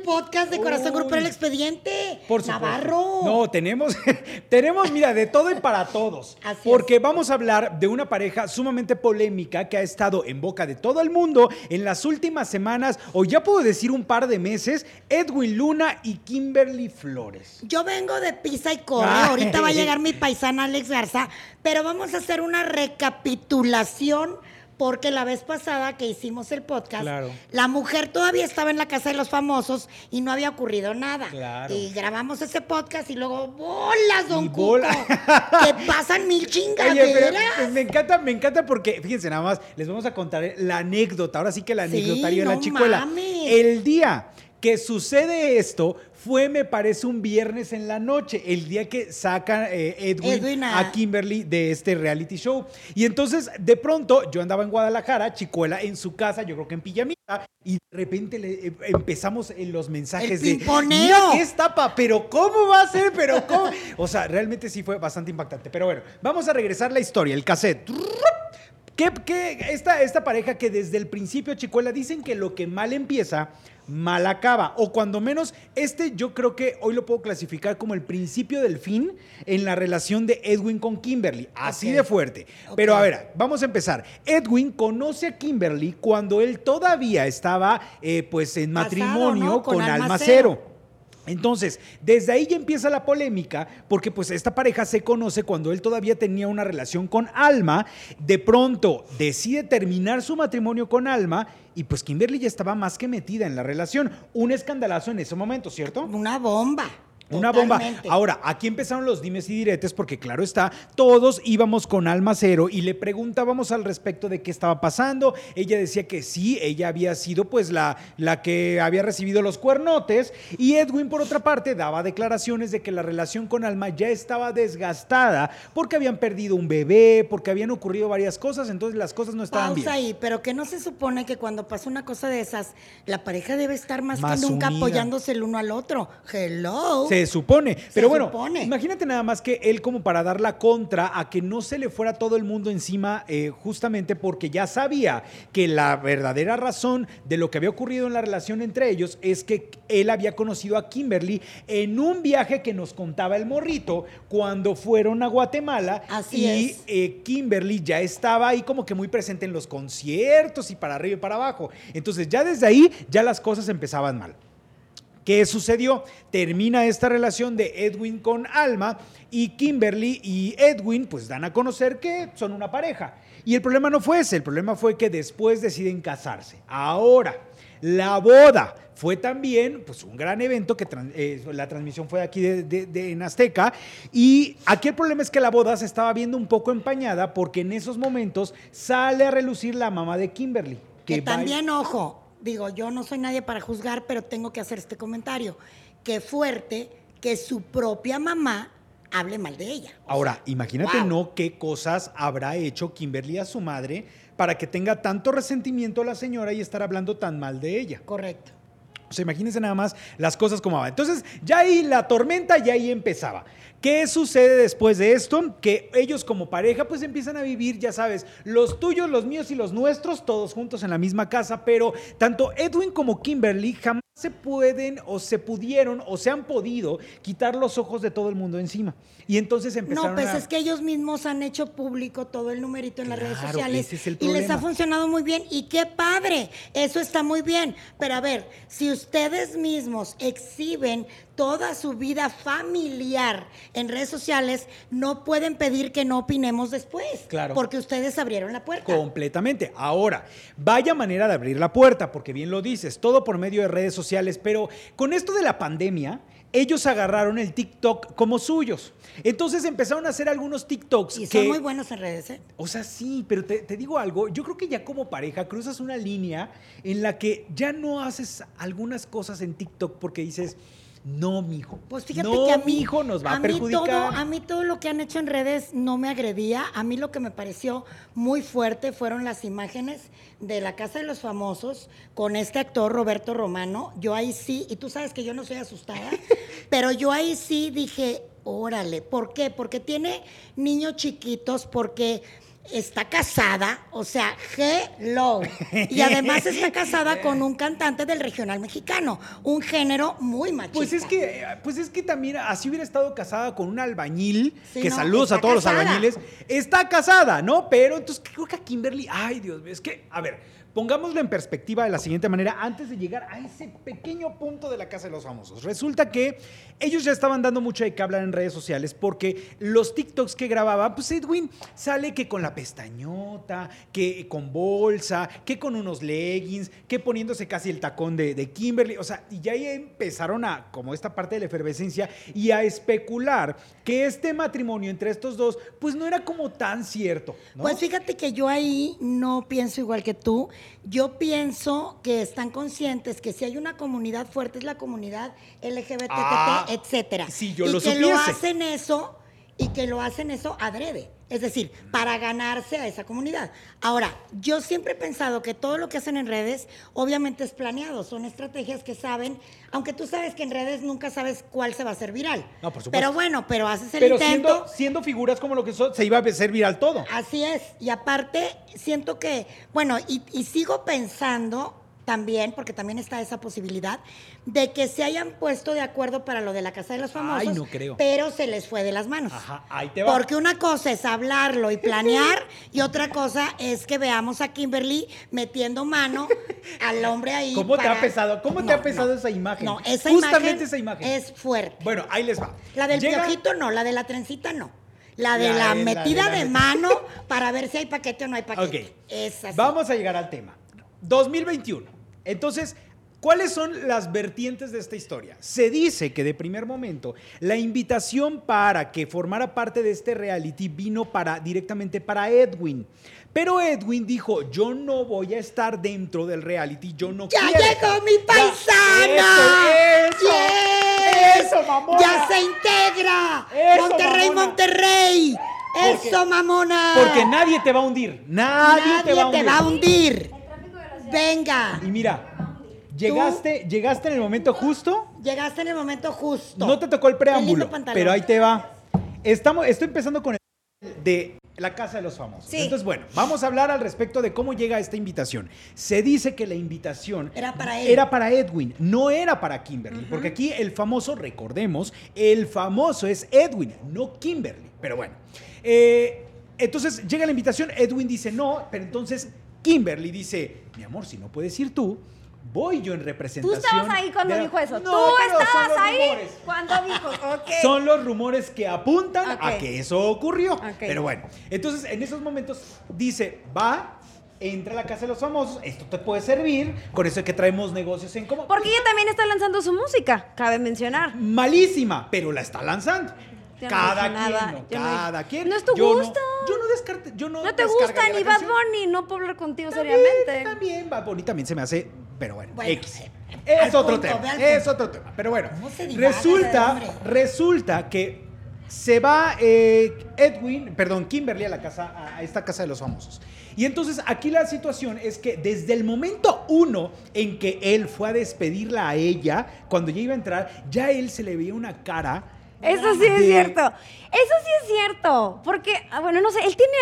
podcast de Corazón Grupero El Expediente. Por supuesto. Navarro. No, tenemos, mira, de todo y para todos. Así porque es. vamos a hablar de una pareja sumamente polémica que ha estado en boca de todo el mundo en las últimas semanas, o ya puedo decir un par de meses, Edwin Luna y Kimberly Flores. Yo vengo de Pisa y Corre. Ay. Ahorita va a llegar mi paisana Alex Garza, pero vamos a hacer una recapitulación. Porque la vez pasada que hicimos el podcast, Claro. la mujer todavía estaba en la casa de los famosos y no había ocurrido nada. Claro. Y grabamos ese podcast y luego, ¡bolas, don Y Cuco! bola. Que pasan mil Oye, chingaderas. pero me encanta porque, fíjense nada más, les vamos a contar la anécdota, ahora sí que la Sí, anecdotario de la no chicuela. mames. El día que sucede esto fue, me parece, un viernes en la noche, el día que saca Edwin a Kimberly de este reality show. Y entonces, de pronto, yo andaba en Guadalajara, Chicuela en su casa, yo creo que en pijamita, y de repente empezamos en los mensajes El de, pimponeo. mira qué estapa, pero ¿cómo va a ser? Pero ¿cómo? O sea, realmente sí fue bastante impactante. Pero bueno, vamos a regresar la historia, el cassette. Esta pareja que desde el principio, Chicuela, dicen que lo que mal empieza, mal acaba. O cuando menos, yo creo que hoy lo puedo clasificar como el principio del fin en la relación de Edwin con Kimberly. Así de fuerte. Pero a ver, vamos a empezar. Edwin conoce a Kimberly cuando él todavía estaba pues en matrimonio, ¿no?, con Almacero. Entonces, desde ahí ya empieza la polémica, porque pues esta pareja se conoce cuando él todavía tenía una relación con Alma. De pronto decide terminar su matrimonio con Alma y pues Kimberly ya estaba más que metida en la relación. Un escandalazo en ese momento, ¿cierto? Una bomba. Una Totalmente. bomba. Ahora, aquí empezaron los dimes y diretes porque claro está, todos íbamos con Almacero y le preguntábamos al respecto de qué estaba pasando. Ella decía que sí, ella había sido pues la que había recibido los cuernotes, y Edwin por otra parte daba declaraciones de que la relación con Alma ya estaba desgastada porque habían perdido un bebé, porque habían ocurrido varias cosas, entonces las cosas no estaban bien. Pausa ahí, pero que no se supone que cuando pasa una cosa de esas, la pareja debe estar más que nunca unida, apoyándose el uno al otro. Hello. Se supone, pero bueno, supone. Imagínate nada más que él como para dar la contra a que no se le fuera todo el mundo encima, justamente porque ya sabía que la verdadera razón de lo que había ocurrido en la relación entre ellos es que él había conocido a Kimberly en un viaje que nos contaba el morrito cuando fueron a Guatemala. Así y Kimberly ya estaba ahí como que muy presente en los conciertos y para arriba y para abajo. Entonces ya desde ahí ya las cosas empezaban mal. ¿Qué sucedió? Termina esta relación de Edwin con Alma y Kimberly y Edwin pues dan a conocer que son una pareja. Y el problema no fue ese, el problema fue que después deciden casarse. Ahora, la boda fue también pues un gran evento que la transmisión fue aquí en Azteca, y aquí el problema es que la boda se estaba viendo un poco empañada porque en esos momentos sale a relucir la mamá de Kimberly. Que también, ojo, digo, yo no soy nadie para juzgar, pero tengo que hacer este comentario. Qué fuerte que su propia mamá hable mal de ella. Ahora, imagínate, ¿no?, qué cosas habrá hecho Kimberly a su madre para que tenga tanto resentimiento la señora y estar hablando tan mal de ella. Correcto. O sea, imagínense nada más las cosas como van. Entonces, ya ahí la tormenta ya ahí empezaba. ¿Qué sucede después de esto? Que ellos como pareja pues empiezan a vivir, ya sabes, los tuyos, los míos y los nuestros, todos juntos en la misma casa, pero tanto Edwin como Kimberly jamás se pueden o se pudieron o se han podido quitar los ojos de todo el mundo encima. Y entonces empezaron No, pues es que ellos mismos han hecho público todo el numerito en las redes sociales, ese es el y problema. les ha funcionado muy bien, y qué padre, eso está muy bien. Pero a ver, si ustedes mismos exhiben toda su vida familiar en redes sociales, no pueden pedir que no opinemos después. Claro. Porque ustedes abrieron la puerta. Completamente. Ahora, vaya manera de abrir la puerta, porque bien lo dices, todo por medio de redes sociales, pero con esto de la pandemia, ellos agarraron el TikTok como suyos. Entonces empezaron a hacer algunos TikToks. Y son muy buenos en redes, ¿eh? O sea, sí, pero te digo algo, yo creo que ya como pareja cruzas una línea en la que ya no haces algunas cosas en TikTok porque dices, no, mijo. Pues fíjate no, que a mí, mijo, nos va a perjudicar. A mí todo lo que han hecho en redes no me agredía. A mí lo que me pareció muy fuerte fueron las imágenes de La Casa de los Famosos con este actor Roberto Romano. Yo ahí sí, y tú sabes que yo no soy asustada, pero yo ahí sí dije, órale, ¿por qué? Porque tiene niños chiquitos, porque está casada, o sea, hello. Y además está casada con un cantante del regional mexicano, un género muy machista. Pues es que también así hubiera estado casada con un albañil, Sí, que no, saludos a está todos casada. los albañiles. Está casada, ¿no? Pero entonces creo que a Kimberly, ay Dios mío, es que, a ver, pongámoslo en perspectiva de la siguiente manera, antes de llegar a ese pequeño punto de la Casa de los Famosos. Resulta que ellos ya estaban dando mucho de qué hablar en redes sociales porque los TikToks que grababa, pues Edwin sale que con la pestañota, que con bolsa, que con unos leggings, que poniéndose casi el tacón de Kimberly. O sea, y ya ahí empezaron a, como esta parte de la efervescencia, y a especular que este matrimonio entre estos dos, pues no era como tan cierto, ¿no? Pues fíjate que yo ahí no pienso igual que tú. Yo pienso que están conscientes que si hay una comunidad fuerte es la comunidad LGBT, etcétera. si yo y lo que supiese. lo hacen eso adrede. Es decir, para ganarse a esa comunidad. Ahora, yo siempre he pensado que todo lo que hacen en redes, obviamente es planeado. Son estrategias que saben, aunque tú sabes que en redes nunca sabes cuál se va a hacer viral. No, por supuesto. Pero bueno, pero haces el Pero intento. siendo figuras como lo que son, se iba a hacer viral todo. Así es. Y aparte, siento que, bueno, y sigo pensando también, porque también está esa posibilidad, de que se hayan puesto de acuerdo para lo de la Casa de los Famosos. Ay, no creo. Pero se les fue de las manos. Ajá, ahí te va. Porque una cosa es hablarlo y planear, y otra cosa es que veamos a Kimberly metiendo mano al hombre ahí. ¿Cómo te ha pesado? ¿Cómo te ha pesado esa imagen? No, esa Justamente imagen esa imagen. es fuerte. Bueno, ahí les va. La del Llega- piojito no, la de la trencita no. La de La la de- metida la de de la- mano para ver si hay paquete o no hay paquete. Ok. Es así. Vamos a llegar al tema. 2021. Entonces, ¿cuáles son las vertientes de esta historia? Se dice que de primer momento la invitación para que formara parte de este reality vino directamente para Edwin. Pero Edwin dijo, yo no voy a estar dentro del reality, yo no ¡Ya quiero llegó estar". mi paisana! ¡Eso! ¡Yes! ¡Eso, mamona! ¡Ya se integra! ¡Eso, ¡Monterrey, mamona! Monterrey! Porque- ¡Eso, mamona! Porque nadie te va a hundir. Nadie te va a hundir. Venga, Y mira, llegaste en el momento justo. llegaste en el momento justo. No te tocó el Qué lindo preámbulo, pantalón. pero ahí te va. Estoy empezando con el de la Casa de los Famosos. Sí. Entonces, bueno, vamos a hablar al respecto de cómo llega esta invitación. Se dice que la invitación Era para él. era para Edwin, no era para Kimberly, porque aquí el famoso, recordemos, el famoso es Edwin, no Kimberly. Pero bueno, entonces llega la invitación, Edwin dice no, pero entonces Kimberly dice, mi amor, si no puedes ir tú, voy yo en Tú representación. estabas ahí cuando de- dijo eso. No, Tú pero son estabas los ahí rumores. cuando dijo. Ok. Son los rumores que apuntan a Ok. que eso ocurrió. Ok. Pero bueno, entonces en esos momentos dice, entra a la Casa de los Famosos, esto te puede servir, con eso es que traemos negocios en común. Porque ella también está lanzando su música, cabe mencionar. Malísima, pero la está lanzando. Yo no Cada dije nada, quien, no, yo no- cada quien. No es tu Yo gusto. yo no descarte, yo no No te descargaría gusta la ni Bad canción. Bunny, no puedo hablar contigo También, seriamente. También, Bad Bunny también se me hace, pero bueno, Bueno, X. al Es otro punto, tema, ve al es punto. otro tema. Pero bueno, ¿Cómo se divaga ese hombre? resulta que se va Kimberly a a esta Casa de los Famosos. Y entonces aquí la situación es que desde el momento uno en que él fue a despedirla a ella, cuando ya iba a entrar, ya a él se le veía una cara. Eso sí es de- cierto. Eso sí es cierto. Porque, bueno, no sé, ¿él tiene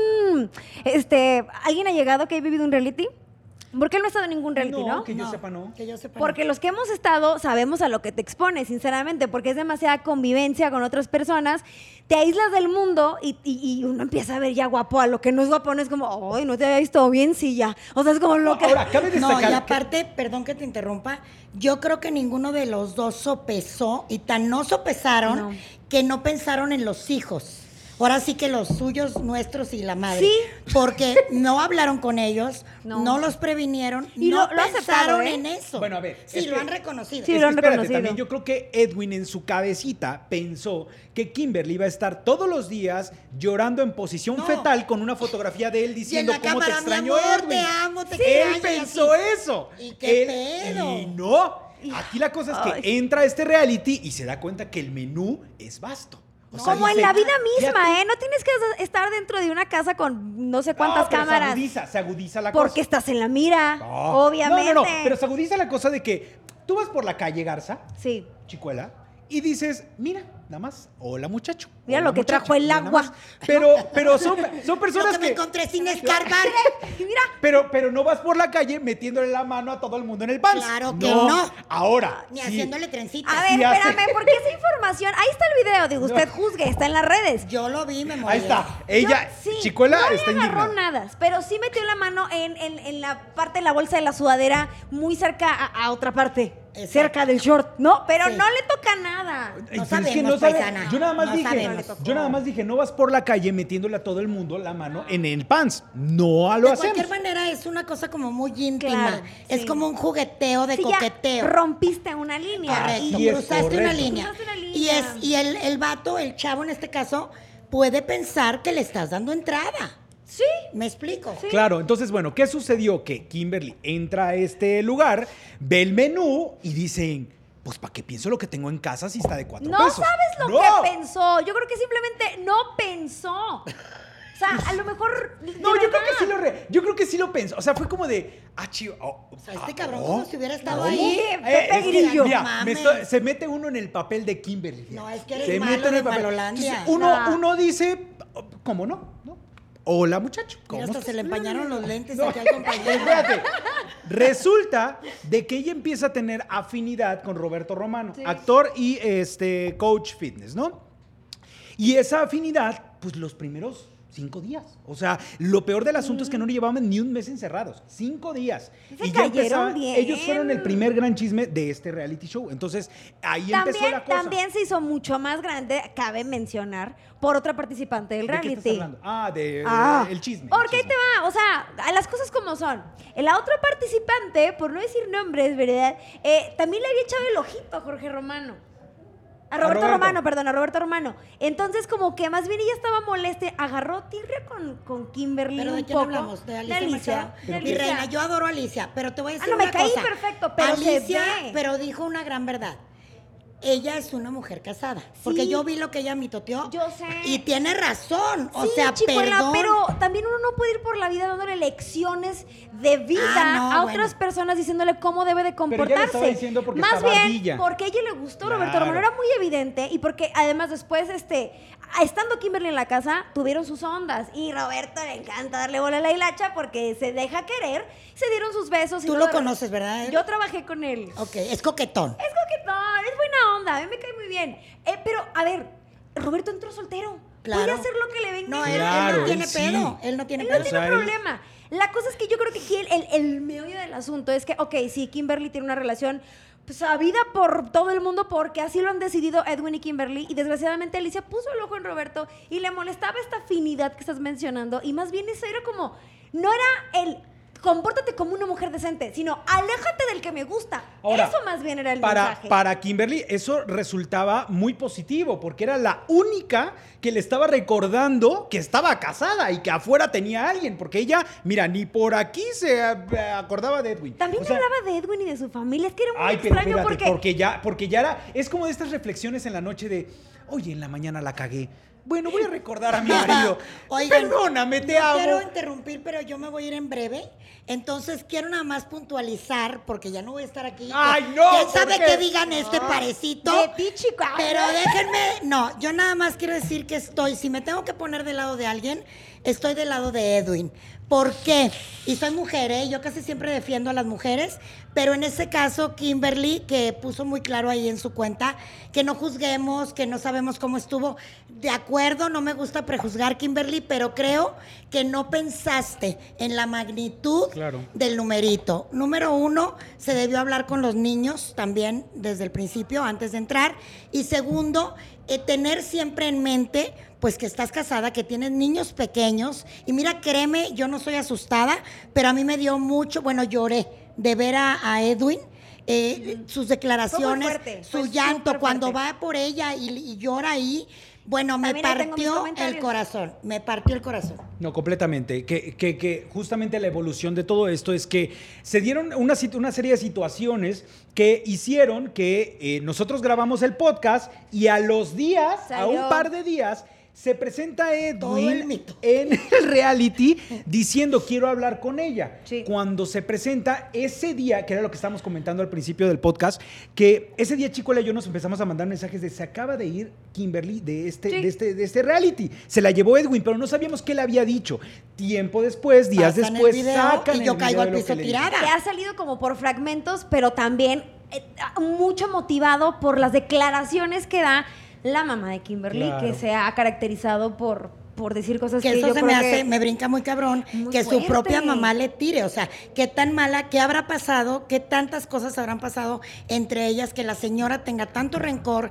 alguien allegado que haya vivido un reality? Porque él no ha estado en ningún reality, ¿no? Que yo sepa, no. Que yo sepa. Porque los que hemos estado sabemos a lo que te expones, sinceramente, porque es demasiada convivencia con otras personas, te aíslas del mundo y uno empieza a ver ya guapo a lo que no es guapo, no es como, ay, no te había visto bien, sí, ya. O sea, es como lo que... Ahora, cabe No, destacar y que- aparte, perdón que te interrumpa, yo creo que ninguno de los dos sopesó y tan no sopesaron No. que no pensaron en los hijos. Ahora sí que los suyos, nuestros y la madre. Sí. Porque no hablaron con ellos, No. no los previnieron, Y no lo ha aceptado, pensaron ¿eh? en eso. Bueno, a ver, Sí, es lo que- han reconocido. Sí, Es lo que han espérate, reconocido. también yo creo que Edwin en su cabecita pensó que Kimberly iba a estar todos los días llorando en posición No. fetal con una fotografía de él diciendo la cómo te cámara, extraño, mi amor, Edwin. te amo, te Él extraño, y pensó así. eso. ¿Y qué Él- pedo? Y no. Aquí la cosa es que Ay. entra a este reality y se da cuenta que el menú es vasto. O sea, Como en dice, la vida "Fíjate". misma, ¿eh? No tienes que estar dentro de una casa con no sé No, cuántas pero cámaras. Se agudiza la cosa. Porque estás en la mira, No. obviamente. No, pero se agudiza la cosa de que tú vas por la calle Garza, Sí. Chicuela, y dices, mira, nada más. Hola, muchacho. Mira Hola, lo que muchacho. trajo el Mira, nada agua. más. Pero son Lo personas que me que... encontré sin escarbar. Mira, Pero no vas por la calle metiéndole la mano a todo el mundo en el pants. Claro que no. Ahora. Ni sí. haciéndole trencitas. a ver, Sí hace. espérame, porque esa información, ahí está el video, digo, usted juzgue, está en las redes. Yo lo vi, me morí. Ahí está. Ella, Sí, Chicuela, no está le agarró indignada. nada, pero sí metió la mano en la parte de la bolsa de la sudadera, muy cerca a otra parte, Exacto. cerca del short, ¿no? Pero Sí. no le toca nada. Ay, No pero es sabemos, que no sabe- paisana. Yo nada más No dije, sabemos. yo nada más dije, no vas por la calle metiéndole a todo el mundo la mano en el pants. No lo De hacemos. cualquier manera es una cosa como muy íntima. Claro, Es sí. como un jugueteo de Sí, ya coqueteo. rompiste una línea. Correcto, Así es, cruzaste una correcto. línea. Cruzaste una Y, línea. y el vato, el chavo en este caso, puede pensar que le estás dando entrada. Sí. ¿Me explico? Sí. Claro, entonces, bueno, ¿qué sucedió? Que Kimberly entra a este lugar, ve el menú y dicen, pues, ¿para qué pienso lo que tengo en casa si está de 4 No pesos? sabes lo ¡No! que pensó. Yo creo que simplemente no pensó. O sea, a lo mejor. No, yo creo que sí lo pensó. O sea, fue como de, chido. O sea, este cabrón como si hubiera estado No. ahí. Pepe es que, Grillo. mira, Mames. se mete uno en el papel de Kimberly. No, es que eres Se malo mete en de el papel. Malolandia. Entonces, No. uno dice, ¿cómo no? ¿No? Hola, muchacho. ¿Cómo Mira, hasta estás? se le empañaron los lentes No, aquí al compañero. espérate. Resulta de que ella empieza a tener afinidad con Roberto Romano, actor y coach fitness, ¿no? Y esa afinidad, pues los primeros 5 días. O sea, lo peor del asunto es que no llevaban ni un mes encerrados. 5 días. Se Y ya cayeron empezaban- bien. ellos fueron el primer gran chisme de este reality show. Entonces, ahí empezó la cosa. También se hizo mucho más grande, cabe mencionar, por otra participante del ¿De qué reality. estás hablando? De el chisme. Porque el ahí chisme. te va, o sea, a las cosas como son. La otra participante, por no decir nombres, ¿verdad? También le había echado el ojito a Jorge Romano. A Roberto Roberto. Romano, perdón, a Roberto Romano. Entonces, como que más bien ella estaba molesta, agarró tirria con Kimberly ¿Pero un de quién poco. hablamos? ¿De Alicia Alicia. Machado? De Mi Alicia. reina, yo adoro a Alicia, pero te voy a decir no, me una caí cosa. perfecto, pero se Alicia, ve. pero dijo una gran verdad. Ella es una mujer casada. Porque Sí. yo vi lo que ella mitoteó. Yo sé. Y tiene razón. O Sí, sea, Chicuela, perdón. pero también uno no puede ir por la vida dándole lecciones de vida Ah, no, a bueno. otras personas diciéndole cómo debe de Pero comportarse. ya le estaba diciendo porque Más estaba bien ardilla. porque a ella le gustó Claro. Roberto Romano, era muy evidente y porque además después estando Kimberly en la casa tuvieron sus ondas y Roberto le encanta darle bola a la hilacha porque se deja querer, se dieron sus besos y Tú todo. lo conoces, ¿verdad? Yo trabajé con él. Ok, es coquetón. Es coquetón, es buena onda, a mí me cae muy bien. Pero, a ver, Roberto entró soltero. Claro. Puede hacer lo que le venga. No, en él, gana. Claro, él no él tiene sí. pedo. Él no tiene Él pedo. no tiene O sea, él- problema. La cosa es que yo creo que aquí el meollo del asunto es que, ok, sí, Kimberly tiene una relación pues, sabida por todo el mundo porque así lo han decidido Edwin y Kimberly y desgraciadamente Alicia puso el ojo en Roberto y le molestaba esta afinidad que estás mencionando y más bien eso era como, no era el compórtate como una mujer decente, sino aléjate del que me gusta. Ahora, eso más bien era el mensaje. Para Kimberly eso resultaba muy positivo porque era la única que le estaba recordando que estaba casada y que afuera tenía a alguien, porque ella, mira, ni por aquí se acordaba de Edwin. También O sea, hablaba de Edwin y de su familia, es que era muy ay, pero extraño espérate, porque... porque ya era, es como de estas reflexiones en la noche de, oye, en la mañana la cagué. Bueno, voy a recordar a mi marido. Oigan, Perdóname, te no amo. quiero interrumpir, pero yo me voy a ir en breve. Entonces quiero nada más puntualizar, porque ya no voy a estar aquí. ¡Ay, no! ¿Quién ¿por sabe qué? qué digan este parecito? De ti, chico. Pero déjenme, no, yo nada más quiero decir que si me tengo que poner del lado de alguien, estoy del lado de Edwin. ¿Por qué? Y soy mujer, ¿eh? Yo casi siempre defiendo a las mujeres, pero en este caso Kimberly, que puso muy claro ahí en su cuenta, que no juzguemos, que no sabemos cómo estuvo. De acuerdo, no me gusta prejuzgar, Kimberly, pero creo que no pensaste en la magnitud Claro. del numerito. Número 1, se debió hablar con los niños también desde el principio, antes de entrar. Y segundo, tener siempre en mente, pues que estás casada, que tienes niños pequeños. Y mira, créeme, yo no soy asustada, pero a mí me dio mucho, bueno, lloré de ver a Edwin. Sus declaraciones, fuerte, su fue llanto, súper cuando fuerte. va por ella y llora ahí, bueno, me También ahí tengo mis partió el comentarios. corazón, me partió el corazón. No, completamente. Que justamente la evolución de todo esto es que se dieron una serie de situaciones que hicieron que nosotros grabamos el podcast y a los días, a Salió. un par de días, Se presenta Todo el Edwin mito. en el reality diciendo quiero hablar con ella. Sí. Cuando se presenta ese día, que era lo que estábamos comentando al principio del podcast, que ese día Chicuela y yo nos empezamos a mandar mensajes de se acaba de ir Kimberly de este reality. Se la llevó Edwin, pero no sabíamos qué le había dicho. Tiempo después, días Pasan el después, video sacan y yo el caigo video al de lo piso que le dijo. tirada. Que ha salido como por fragmentos, pero también mucho motivado por las declaraciones que da la mamá de Kimberly, Claro. que se ha caracterizado por decir cosas que Que eso yo se creo me que... hace, me brinca muy cabrón, Muy que su fuerte. propia mamá le tire. O sea, qué tan mala, qué habrá pasado, qué tantas cosas habrán pasado entre ellas que la señora tenga tanto rencor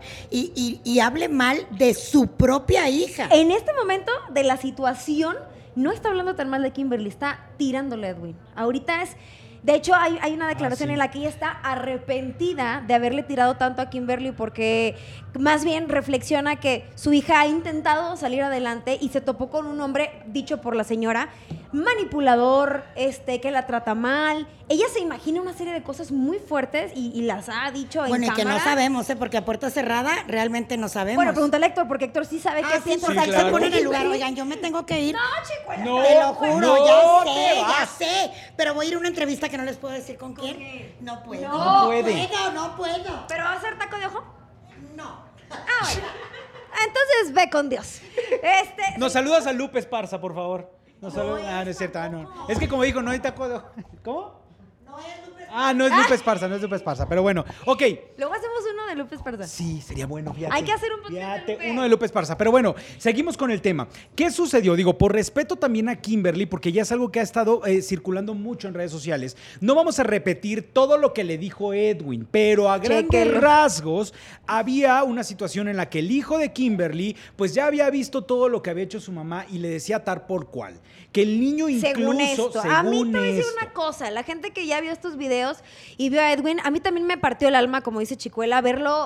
y hable mal de su propia hija. En este momento de la situación, no está hablando tan mal de Kimberly, está tirándole a Edwin. Ahorita es... De hecho, hay una declaración sí. en la que ella está arrepentida de haberle tirado tanto a Kimberly porque más bien reflexiona que su hija ha intentado salir adelante y se topó con un hombre, dicho por la señora, manipulador, que la trata mal. Ella se imagina una serie de cosas muy fuertes y las ha dicho Bueno, en y que no cámara. sabemos, porque a puerta cerrada realmente no sabemos. Bueno, pregúntale a Héctor, porque Héctor sí sabe qué Ah, sí, siente. porque Sí, él claro. se pone en el lugar. Oigan, yo me tengo que ir. No, chico, No, Te lo juro, no ya te sé, ya vas. sé. Pero voy a ir a una entrevista que no les puedo decir con quién. qué? No puedo. No puede. No puedo. ¿Pero va a ser taco de ojo? No. Ah, bueno. Entonces ve con Dios. Nos saludas a Lupe Esparza, por favor. Nos saludas. Ah, no es cierto. Ah, no. Es que como dijo, no hay taco de... ¿Cómo? No es Lupe. Ah, no es Lupe Esparza, no es Lupe Esparza. Pero bueno, ok. Luego hacemos uno de Lupe Esparza. Sí, sería bueno, fíjate. Hay que hacer un podcast de Fíjate, Lupe. uno de Lupe Esparza. Pero bueno, seguimos con el tema. ¿Qué sucedió? Digo, por respeto también a Kimberly, porque ya es algo que ha estado circulando mucho en redes sociales. No vamos a repetir todo lo que le dijo Edwin, pero a grandes Chéquelo. rasgos había una situación en la que el hijo de Kimberly, pues ya había visto todo lo que había hecho su mamá y le decía tal por cual. Que el niño incluso, Según esto. A mí según te voy a decir esto, una cosa. La gente que ya vio estos videos y vio a Edwin, a mí también me partió el alma, como dice Chicuela, verlo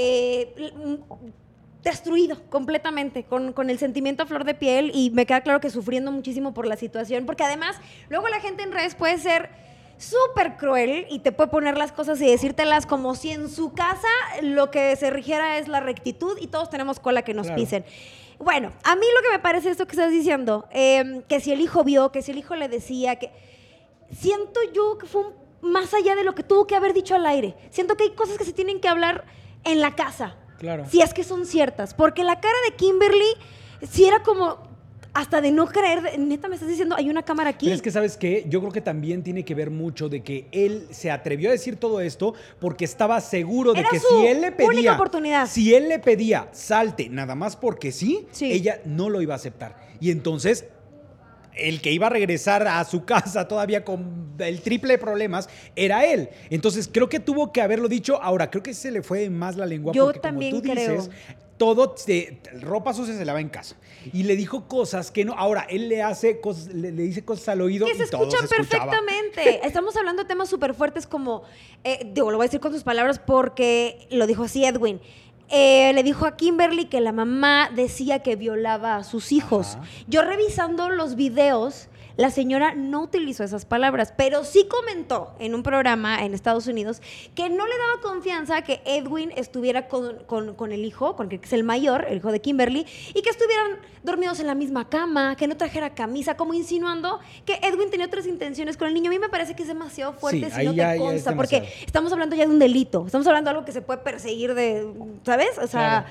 destruido completamente, con el sentimiento a flor de piel, y me queda claro que sufriendo muchísimo por la situación, porque además luego la gente en redes puede ser súper cruel y te puede poner las cosas y decírtelas como si en su casa lo que se rigiera es la rectitud y todos tenemos cola que nos Claro. pisen. Bueno, a mí lo que me parece esto que estás diciendo, que si el hijo vio, que si el hijo le decía, que siento yo que fue más allá de lo que tuvo que haber dicho al aire. Siento que hay cosas que se tienen que hablar en la casa. Claro. Si es que son ciertas. Porque la cara de Kimberly, si era como hasta de no creer, neta me estás diciendo, hay una cámara aquí. Pero es que, ¿sabes qué? Yo creo que también tiene que ver mucho de que él se atrevió a decir todo esto porque estaba seguro de Era que su si él le pedía... única oportunidad. Si él le pedía salte nada más porque sí, Sí. ella no lo iba a aceptar. Y entonces... el que iba a regresar a su casa todavía con el triple de problemas era él. Entonces creo que tuvo que haberlo dicho. Ahora, creo que se le fue más la lengua Yo porque también como tú creo. dices, ropa sucia se lava en casa. Y le dijo cosas que no. Ahora, él le hace cosas, le dice cosas al oído Que se y todo escuchan se escuchaba. perfectamente. Estamos hablando de temas súper fuertes como, digo, lo voy a decir con sus palabras porque lo dijo así Edwin. Le dijo a Kimberly que la mamá decía que violaba a sus hijos. Ajá. Yo revisando los videos, la señora no utilizó esas palabras, pero sí comentó en un programa en Estados Unidos que no le daba confianza que Edwin estuviera con el hijo, con el que es el mayor, el hijo de Kimberly, y que estuvieran dormidos en la misma cama, que no trajera camisa, como insinuando que Edwin tenía otras intenciones con el niño. A mí me parece que es demasiado fuerte Sí, si ahí no ya te es consta, porque demasiado. estamos hablando ya de un delito, estamos hablando de algo que se puede perseguir de, ¿sabes? O sea,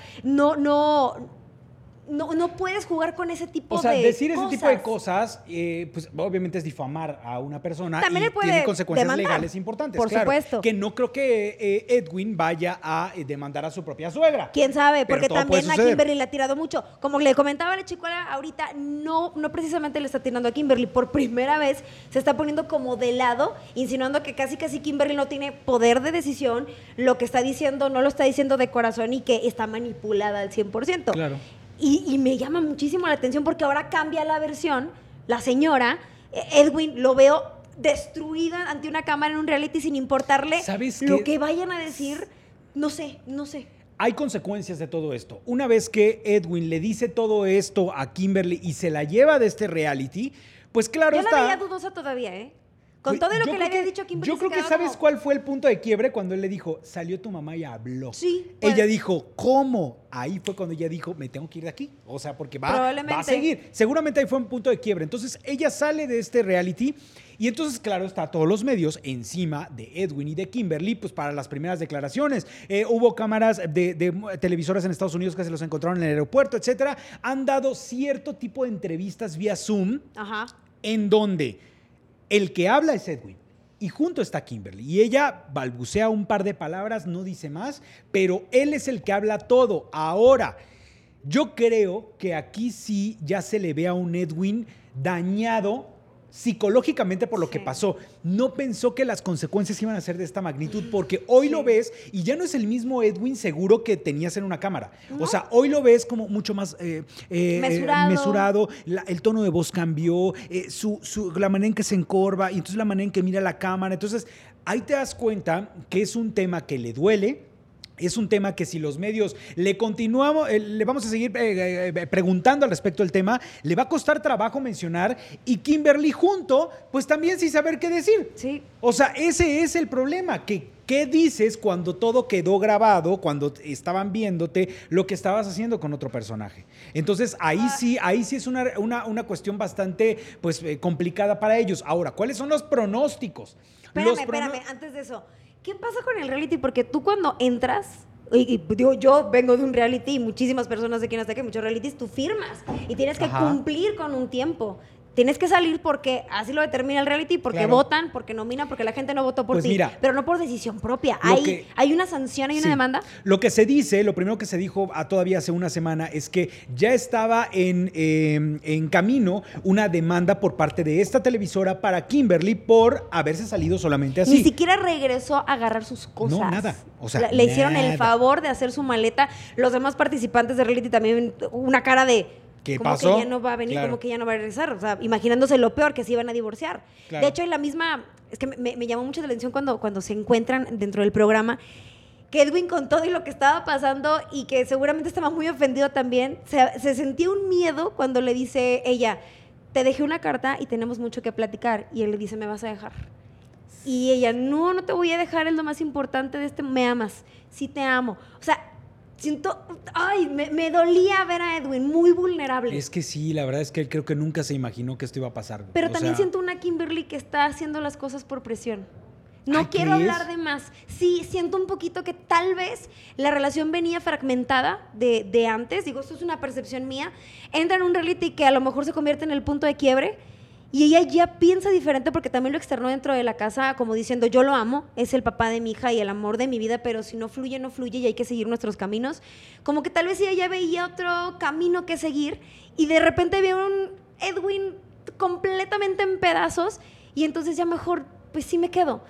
no puedes jugar con ese tipo de O sea, decir ese cosas. tipo de cosas, pues obviamente es difamar a una persona También y él puede tiene consecuencias demandar, legales importantes. por claro, supuesto. Que no creo que Edwin vaya a demandar a su propia suegra. ¿Quién sabe? Pero Porque todo también puede a suceder. Kimberly le ha tirado mucho. Como le comentaba la chicuela ahorita, no precisamente le está tirando a Kimberly. Por primera vez se está poniendo como de lado, insinuando que casi Kimberly no tiene poder de decisión. Lo que está diciendo no lo está diciendo de corazón y que está manipulada al 100%. Claro. Y me llama muchísimo la atención porque ahora cambia la versión. La señora, Edwin, lo veo destruida ante una cámara en un reality sin importarle ¿Sabes lo qué? que vayan a decir. No sé. Hay consecuencias de todo esto. Una vez que Edwin le dice todo esto a Kimberly y se la lleva de este reality, pues claro Yo la está... veía dudosa todavía, ¿eh? Con todo lo Yo que le creo había dicho Kimberly. Yo se creo que quedaba ¿sabes como, cuál fue el punto de quiebre? Cuando él le dijo, salió tu mamá y habló. Sí, pues. Ella dijo, ¿cómo? Ahí fue cuando ella dijo, me tengo que ir de aquí. O sea, porque va a seguir. Seguramente ahí fue un punto de quiebre. Entonces, ella sale de este reality y entonces, claro, está todos los medios encima de Edwin y de Kimberly, pues para las primeras declaraciones. Hubo cámaras de televisoras en Estados Unidos que se los encontraron en el aeropuerto, etcétera. Han dado cierto tipo de entrevistas vía Zoom. Ajá. En donde el que habla es Edwin y junto está Kimberly. Y ella balbucea un par de palabras, no dice más, pero él es el que habla todo. Ahora, yo creo que aquí sí ya se le ve a un Edwin dañado psicológicamente por lo que pasó. No pensó que las consecuencias iban a ser de esta magnitud, porque hoy lo ves y ya no es el mismo Edwin seguro que tenías en una cámara. ¿No? O sea, hoy lo ves como mucho más mesurado. El tono de voz cambió, la manera en que se encorva y entonces la manera en que mira la cámara. Entonces, ahí te das cuenta que es un tema que le duele. Es un tema que si los medios le continuamos, le vamos a seguir preguntando al respecto del tema, le va a costar trabajo mencionar y Kimberly junto, pues también sin saber qué decir. Sí. O sea, ese es el problema, ¿qué dices cuando todo quedó grabado, cuando estaban viéndote lo que estabas haciendo con otro personaje? Entonces, ahí sí es una cuestión bastante pues, complicada para ellos. Ahora, ¿cuáles son los pronósticos? Espérame, antes de eso. ¿Qué pasa con el reality? Porque tú cuando entras, y digo, yo vengo de un reality y muchísimas personas de quien hasta que muchos realities, tú firmas y tienes que cumplir con un tiempo. Tienes que salir porque así lo determina el reality, porque votan, porque nominan, porque la gente no votó por ti. Mira, pero no por decisión propia. Hay una sanción, hay una demanda. Lo que se dice, lo primero que se dijo todavía hace una semana es que ya estaba en camino una demanda por parte de esta televisora para Kimberly por haberse salido solamente así. Ni siquiera regresó a agarrar sus cosas. No, nada. O sea, le hicieron el favor de hacer su maleta. Los demás participantes de reality también una cara de... ¿Qué como pasó? que ya no va a venir, como que ya no va a regresar. O sea, imaginándose lo peor, que se iban a divorciar. Claro. De hecho, en la misma... Es que me llamó mucho la atención cuando se encuentran dentro del programa, que Edwin con todo y lo que estaba pasando y que seguramente estaba muy ofendido también, se sentía un miedo cuando le dice ella, te dejé una carta y tenemos mucho que platicar. Y él le dice, ¿me vas a dejar? Y ella, no te voy a dejar, es lo más importante de me amas, sí te amo. O sea, me dolía ver a Edwin muy vulnerable. Es que sí, la verdad es que él creo que nunca se imaginó que esto iba a pasar. Pero también siento una Kimberly que está haciendo las cosas por presión. No quiero hablar de más. Sí, siento un poquito que tal vez la relación venía fragmentada de antes. Digo, esto es una percepción mía. Entra en un reality que a lo mejor se convierte en el punto de quiebre. Y ella ya piensa diferente porque también lo externó dentro de la casa como diciendo, yo lo amo, es el papá de mi hija y el amor de mi vida, pero si no fluye, no fluye y hay que seguir nuestros caminos. Como que tal vez ella ya veía otro camino que seguir y de repente ve un Edwin completamente en pedazos y entonces ya mejor, pues sí me quedo.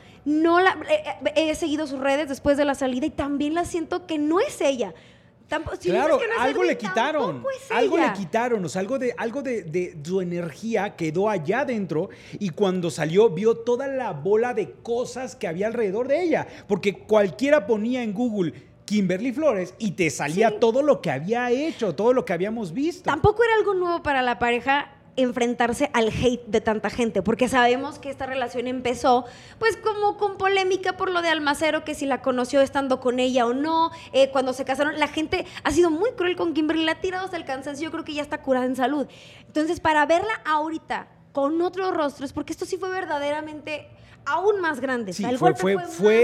He seguido sus redes después de la salida y también la siento que no es ella. Claro, algo le quitaron, o sea, algo de su energía quedó allá adentro y cuando salió vio toda la bola de cosas que había alrededor de ella, porque cualquiera ponía en Google Kimberly Flores y te salía todo lo que había hecho, todo lo que habíamos visto. Tampoco era algo nuevo para la pareja enfrentarse al hate de tanta gente, porque sabemos que esta relación empezó pues como con polémica por lo de Almacero, que si la conoció estando con ella o no, cuando se casaron, la gente ha sido muy cruel con Kimberly, la ha tirado hasta el cansancio, yo creo que ya está curada en salud. Entonces, para verla ahorita con otro rostro, es porque esto sí fue verdaderamente aún más grande. Sí, o sea, el golpe fue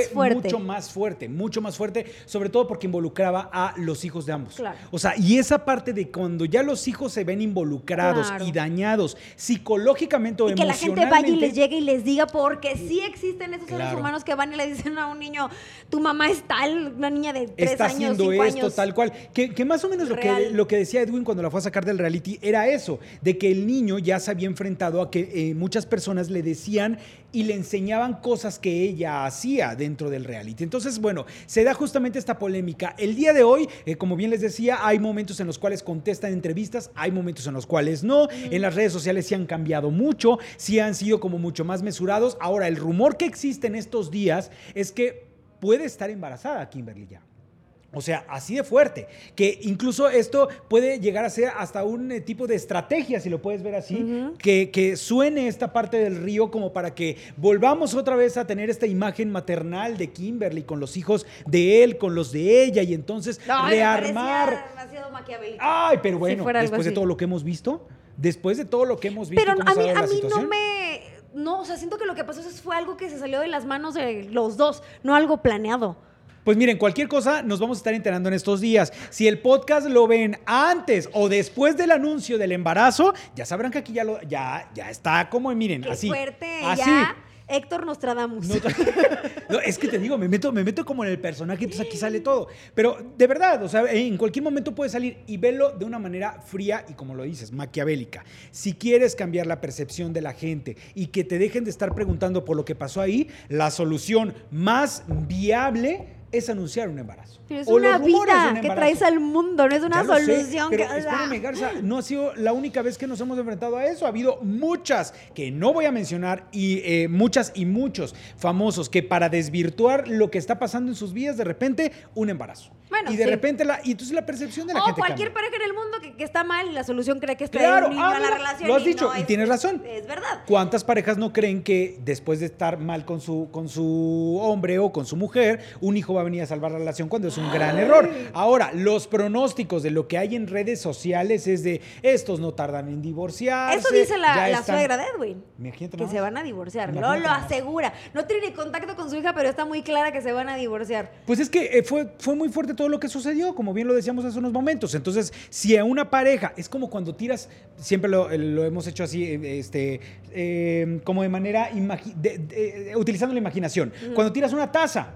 mucho más fuerte, sobre todo porque involucraba a los hijos de ambos. Claro. O sea, y esa parte de cuando ya los hijos se ven involucrados y dañados psicológicamente o emocionalmente. Y que la gente vaya y les llegue y les diga, porque sí existen esos seres humanos que van y le dicen a un niño, tu mamá es tal, una niña de 3 años, 5 años. Está haciendo esto, tal cual. Que más o menos lo que decía Edwin cuando la fue a sacar del reality era eso, de que el niño ya se había enfrentado a que muchas personas le decían y le enseñaban cosas que ella hacía dentro del reality. Entonces, bueno, se da justamente esta polémica. El día de hoy, como bien les decía, hay momentos en los cuales contestan entrevistas, hay momentos en los cuales no. En las redes sociales sí han cambiado mucho, sí han sido como mucho más mesurados. Ahora, el rumor que existe en estos días es que puede estar embarazada Kimberly ya. O sea, así de fuerte, que incluso esto puede llegar a ser hasta un tipo de estrategia, si lo puedes ver así, que suene esta parte del río como para que volvamos otra vez a tener esta imagen maternal de Kimberly con los hijos de él, con los de ella, y entonces rearmar. Me parecía demasiado maquiavélico. Ay, pero bueno, fuera algo después de así. todo lo que hemos visto, después de todo lo que hemos visto, Pero y cómo a se ha mí, dado a la mí no situación. no, o sea, siento que lo que pasó fue algo que se salió de las manos de los dos, no algo planeado. Pues miren, cualquier cosa nos vamos a estar enterando en estos días. Si el podcast lo ven antes o después del anuncio del embarazo, ya sabrán que aquí ya está como, miren, Qué así. fuerte, así. ya. Héctor Nostradamus. No, es que te digo, me meto como en el personaje, entonces aquí sale todo. Pero de verdad, o sea, en cualquier momento puede salir y velo de una manera fría y, como lo dices, maquiavélica. Si quieres cambiar la percepción de la gente y que te dejen de estar preguntando por lo que pasó ahí, la solución más viable es anunciar un embarazo. Pero es O los una rumores de vida un que embarazo. traes al mundo, no es una Ya lo sé, solución. pero que, espérame, Garza, no ha sido la única vez que nos hemos enfrentado a eso. Ha habido muchas que no voy a mencionar y muchas y muchos famosos que para desvirtuar lo que está pasando en sus vidas, de repente, un embarazo. Bueno, y de sí. repente, y entonces la percepción de la o gente cualquier cambia. pareja en el mundo que está mal y la solución cree que está Claro, un niño a la mira, relación. lo has dicho no y es- tienes razón. Es verdad. ¿Cuántas parejas no creen que después de estar mal con su hombre o con su mujer, un hijo va a venir a salvar la relación cuando es un gran error? Ahora, los pronósticos de lo que hay en redes sociales es de estos no tardan en divorciarse. Eso dice ya la están- suegra de Edwin. Imagínate Que nada se más. van a divorciar. Imagínate Lo nada más. asegura. No tiene ni contacto con su hija, pero está muy clara que se van a divorciar. Pues es que fue muy fuerte todo lo que sucedió, como bien lo decíamos hace unos momentos. Entonces, si a una pareja, es como cuando tiras, siempre lo hemos hecho así, como de manera, utilizando la imaginación. Cuando tiras una taza,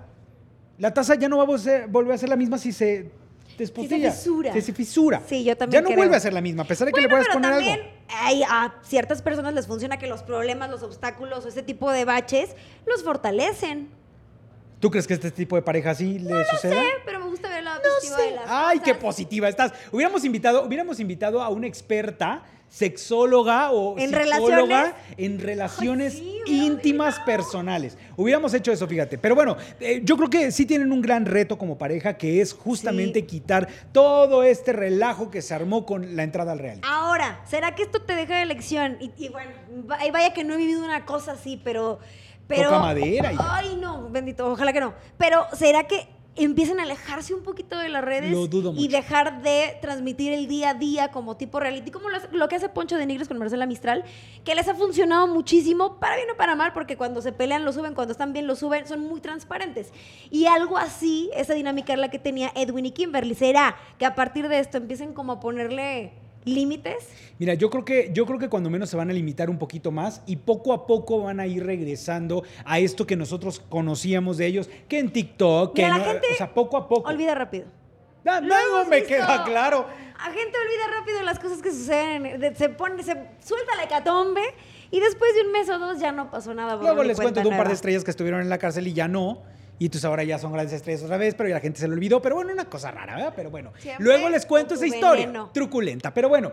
la taza ya no va a volver a ser la misma si se despostilla. fisura. Si se fisura. Sí, yo también Ya no creo. vuelve a ser la misma, a pesar de que le Bueno, puedas pero poner también algo. a ciertas personas les funciona que los problemas, los obstáculos o ese tipo de baches los fortalecen. ¿Tú crees que este tipo de pareja así le suceda? Sí, pero me gusta ver la positiva de las Ay, qué cosas. positiva estás. Hubiéramos invitado a una experta sexóloga o ¿En psicóloga en relaciones Ay, sí, hubiera íntimas personales. Hubiéramos hecho eso, fíjate. Pero bueno, yo creo que sí tienen un gran reto como pareja, que es justamente Sí. quitar todo este relajo que se armó con la entrada al reality. Ahora, ¿será que esto te deja de lección? Y bueno, vaya que no he vivido una cosa así, pero Toca madera. Ay, no, bendito, ojalá que no. Pero ¿será que empiecen a alejarse un poquito de las redes Lo dudo y mucho. dejar de transmitir el día a día como tipo reality, como lo que hace Poncho de Nigris con Marcela Mistral, que les ha funcionado muchísimo, para bien o para mal, porque cuando se pelean lo suben, cuando están bien lo suben, son muy transparentes. Y algo así, esa dinámica es la que tenía Edwin y Kimberly. ¿Será que a partir de esto empiecen como a ponerle límites? Mira, yo creo que cuando menos se van a limitar un poquito más y poco a poco van a ir regresando a esto que nosotros conocíamos de ellos, que en TikTok, Mira, que la gente o sea, poco a poco. Olvida rápido. Ah, Lo no, hemos me visto. queda claro. La gente olvida rápido las cosas que suceden. Se suelta la hecatombe y después de un mes o dos ya no pasó nada. Luego borrón y les cuento cuenta de un par de nueva. estrellas que estuvieron en la cárcel y ya no. Y entonces ahora ya son grandes estrellas otra vez, pero ya la gente se lo olvidó. Pero bueno, una cosa rara, ¿verdad? Pero bueno, Siempre luego les cuento con esa tu historia veneno. truculenta. Pero bueno,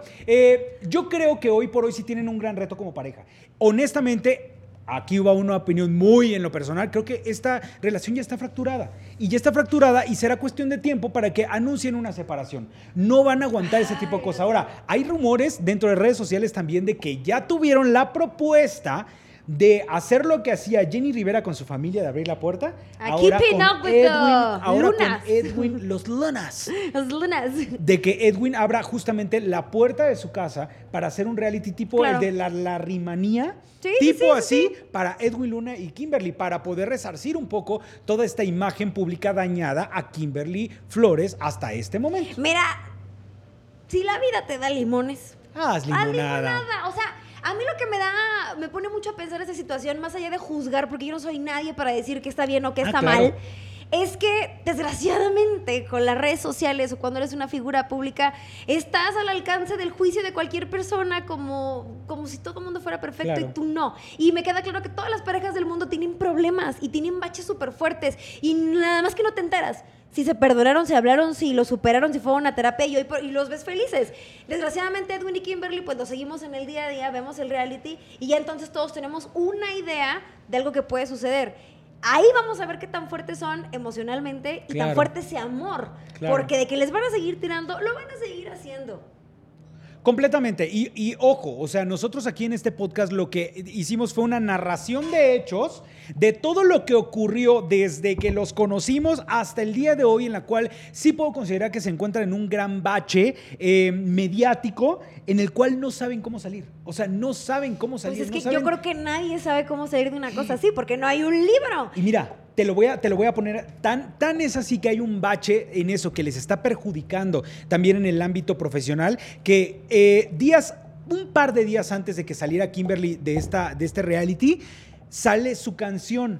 yo creo que hoy por hoy sí tienen un gran reto como pareja. Honestamente, aquí hubo una opinión muy en lo personal. Creo que esta relación ya está fracturada. Y ya está fracturada y será cuestión de tiempo para que anuncien una separación. No van a aguantar ese tipo de cosas. Ahora, hay rumores dentro de redes sociales también de que ya tuvieron la propuesta de hacer lo que hacía Jenny Rivera con su familia, de abrir la puerta. Keeping up with the ahora Lunas. con Edwin, los Lunas. Las lunas. De que Edwin abra justamente la puerta de su casa para hacer un reality tipo Claro. el de la rimanía, Sí, tipo sí, sí, así, para Edwin Luna y Kimberly, para poder resarcir un poco toda esta imagen pública dañada a Kimberly Flores hasta este momento. Mira, si la vida te da limones, Haz limonada. O sea, a mí lo que me pone mucho a pensar esa situación, más allá de juzgar, porque yo no soy nadie para decir que está bien o que está claro. mal, es que desgraciadamente con las redes sociales o cuando eres una figura pública, estás al alcance del juicio de cualquier persona como si todo el mundo fuera perfecto Claro. y tú no. Y me queda claro que todas las parejas del mundo tienen problemas y tienen baches súper fuertes y nada más que no te enteras. Si se perdonaron, se hablaron, si lo superaron, si fue una terapia y los ves felices. Desgraciadamente Edwin y Kimberly pues lo seguimos en el día a día, vemos el reality y ya entonces todos tenemos una idea de algo que puede suceder. ahí vamos a ver qué tan fuertes son emocionalmente y Claro. tan fuerte ese amor. Claro. Porque de que les van a seguir tirando, lo van a seguir haciendo. Completamente. Y ojo, o sea, nosotros aquí en este podcast lo que hicimos fue una narración de hechos de todo lo que ocurrió desde que los conocimos hasta el día de hoy, en la cual sí puedo considerar que se encuentran en un gran bache mediático en el cual no saben cómo salir. O sea, no saben cómo salir. Pues es no que saben... yo creo que nadie sabe cómo salir de una cosa así, porque no hay un libro. Y mira, te lo voy a poner, tan es así que hay un bache en eso que les está perjudicando también en el ámbito profesional, que un par de días antes de que saliera Kimberly de este reality, sale su canción,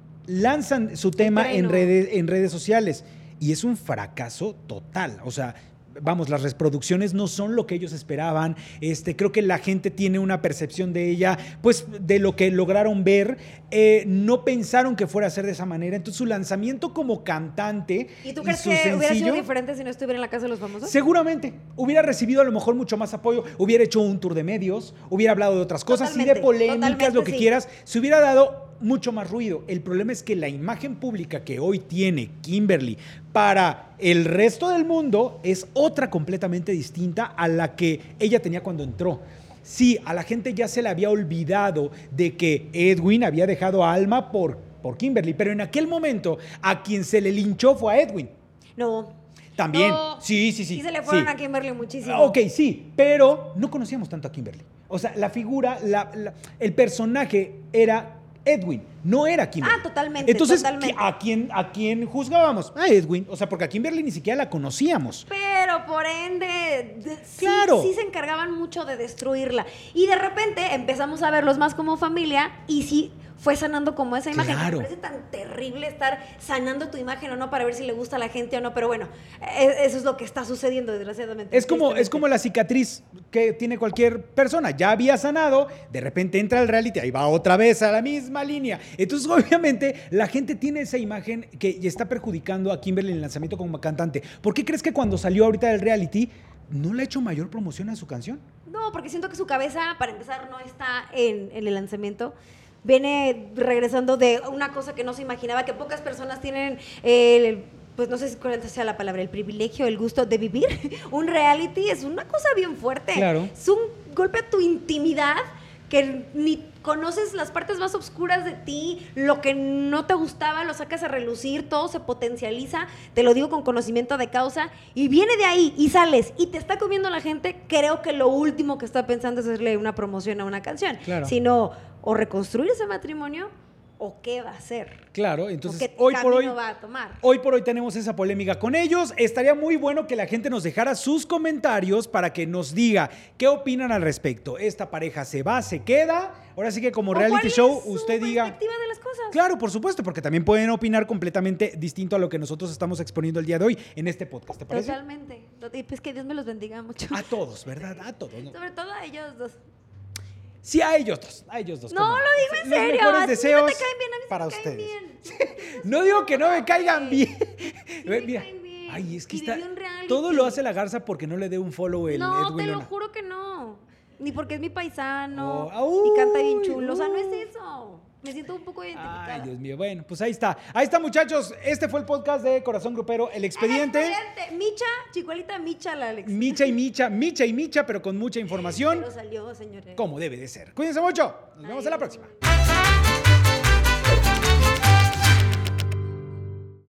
lanzan su tema en redes sociales y es un fracaso total, o sea... Vamos, las reproducciones no son lo que ellos esperaban. Creo que la gente tiene una percepción de ella, pues de lo que lograron ver. No pensaron que fuera a ser de esa manera. Entonces, su lanzamiento como cantante. ¿Y tú y crees su que hubiera sencillo, sido diferente si no estuviera en la Casa de los Famosos? seguramente hubiera recibido a lo mejor mucho más apoyo, hubiera hecho un tour de medios, hubiera hablado de otras cosas, sí, de Totalmente, polémicas, lo totalmente, que sí. quieras, se hubiera dado mucho más ruido. El problema es que la imagen pública que hoy tiene Kimberly para el resto del mundo es otra completamente distinta a la que ella tenía cuando entró. Sí, a la gente ya se le había olvidado de que Edwin había dejado a Alma por Kimberly, pero en aquel momento a quien se le linchó fue a Edwin. No. También. No. Sí. Sí se le fueron sí. a Kimberly muchísimo. Ok, sí, pero no conocíamos tanto a Kimberly. O sea, la figura, el personaje era Edwin, no era Kimberly. Ah, totalmente, Entonces, totalmente. ¿a quién juzgábamos? A Edwin. O sea, porque a Kimberly ni siquiera la conocíamos. Pero por ende, Claro. sí se encargaban mucho de destruirla. Y de repente empezamos a verlos más como familia y sí fue sanando como esa imagen. Claro. Me parece tan terrible estar sanando tu imagen o no para ver si le gusta a la gente o no, pero bueno, eso es lo que está sucediendo desgraciadamente. Es como la cicatriz que tiene cualquier persona. Ya había sanado, de repente entra al reality, ahí va otra vez a la misma línea. Entonces, obviamente, la gente tiene esa imagen que está perjudicando a Kimberly en el lanzamiento como cantante. ¿Por qué crees que cuando salió ahorita del reality no le ha hecho mayor promoción a su canción? No, porque siento que su cabeza, para empezar, no está en el lanzamiento. Viene regresando de una cosa que no se imaginaba, que pocas personas tienen, pues no sé si cuál sea la palabra, el privilegio, el gusto de vivir. Un reality es una cosa bien fuerte. Claro. Es un golpe a tu intimidad que ni conoces las partes más oscuras de ti, lo que no te gustaba lo sacas a relucir, todo se potencializa, te lo digo con conocimiento de causa, y viene de ahí y sales y te está comiendo la gente. Creo que lo último que está pensando es hacerle una promoción a una canción, Claro. sino o reconstruir ese matrimonio o qué va a hacer. Claro, entonces ¿O qué hoy por hoy camino va a tomar? Hoy por hoy tenemos esa polémica con ellos. Estaría muy bueno que la gente nos dejara sus comentarios para que nos diga qué opinan al respecto. ¿Esta pareja se va, se queda? Ahora sí que como ¿O reality cuál show es su usted diga... perspectiva de las cosas? Claro, por supuesto, porque también pueden opinar completamente distinto a lo que nosotros estamos exponiendo el día de hoy en este podcast. ¿Te parece? Totalmente. Y pues que Dios me los bendiga mucho. A todos, ¿verdad? A todos. ¿no? Sobre todo a ellos dos. Sí, a ellos dos. A ellos dos. No, ¿cómo? lo digo en Los serio. mejores A ti deseos no te caen bien, a mí sí para me caen ustedes. bien. No digo que no me caigan bien. me Mira. caen bien. Ay, es que Y está... viví un reality. Todo lo hace la garza porque no le dé un follow el No, Edwin te lo Luna. juro que no. Ni porque es mi paisano Oh, y canta bien uy, chulo. O sea, no es uy. eso. Me siento un poco identificada. Ay, Dios mío. Bueno, pues ahí está. Ahí está, muchachos. Este fue el podcast de Corazón Grupero, El Expediente. El expediente. Micha, chicuelita Micha, la Alex. Micha y Micha, pero con mucha información, Pero salió, señores. como debe de ser. Cuídense mucho. Nos vemos en la próxima.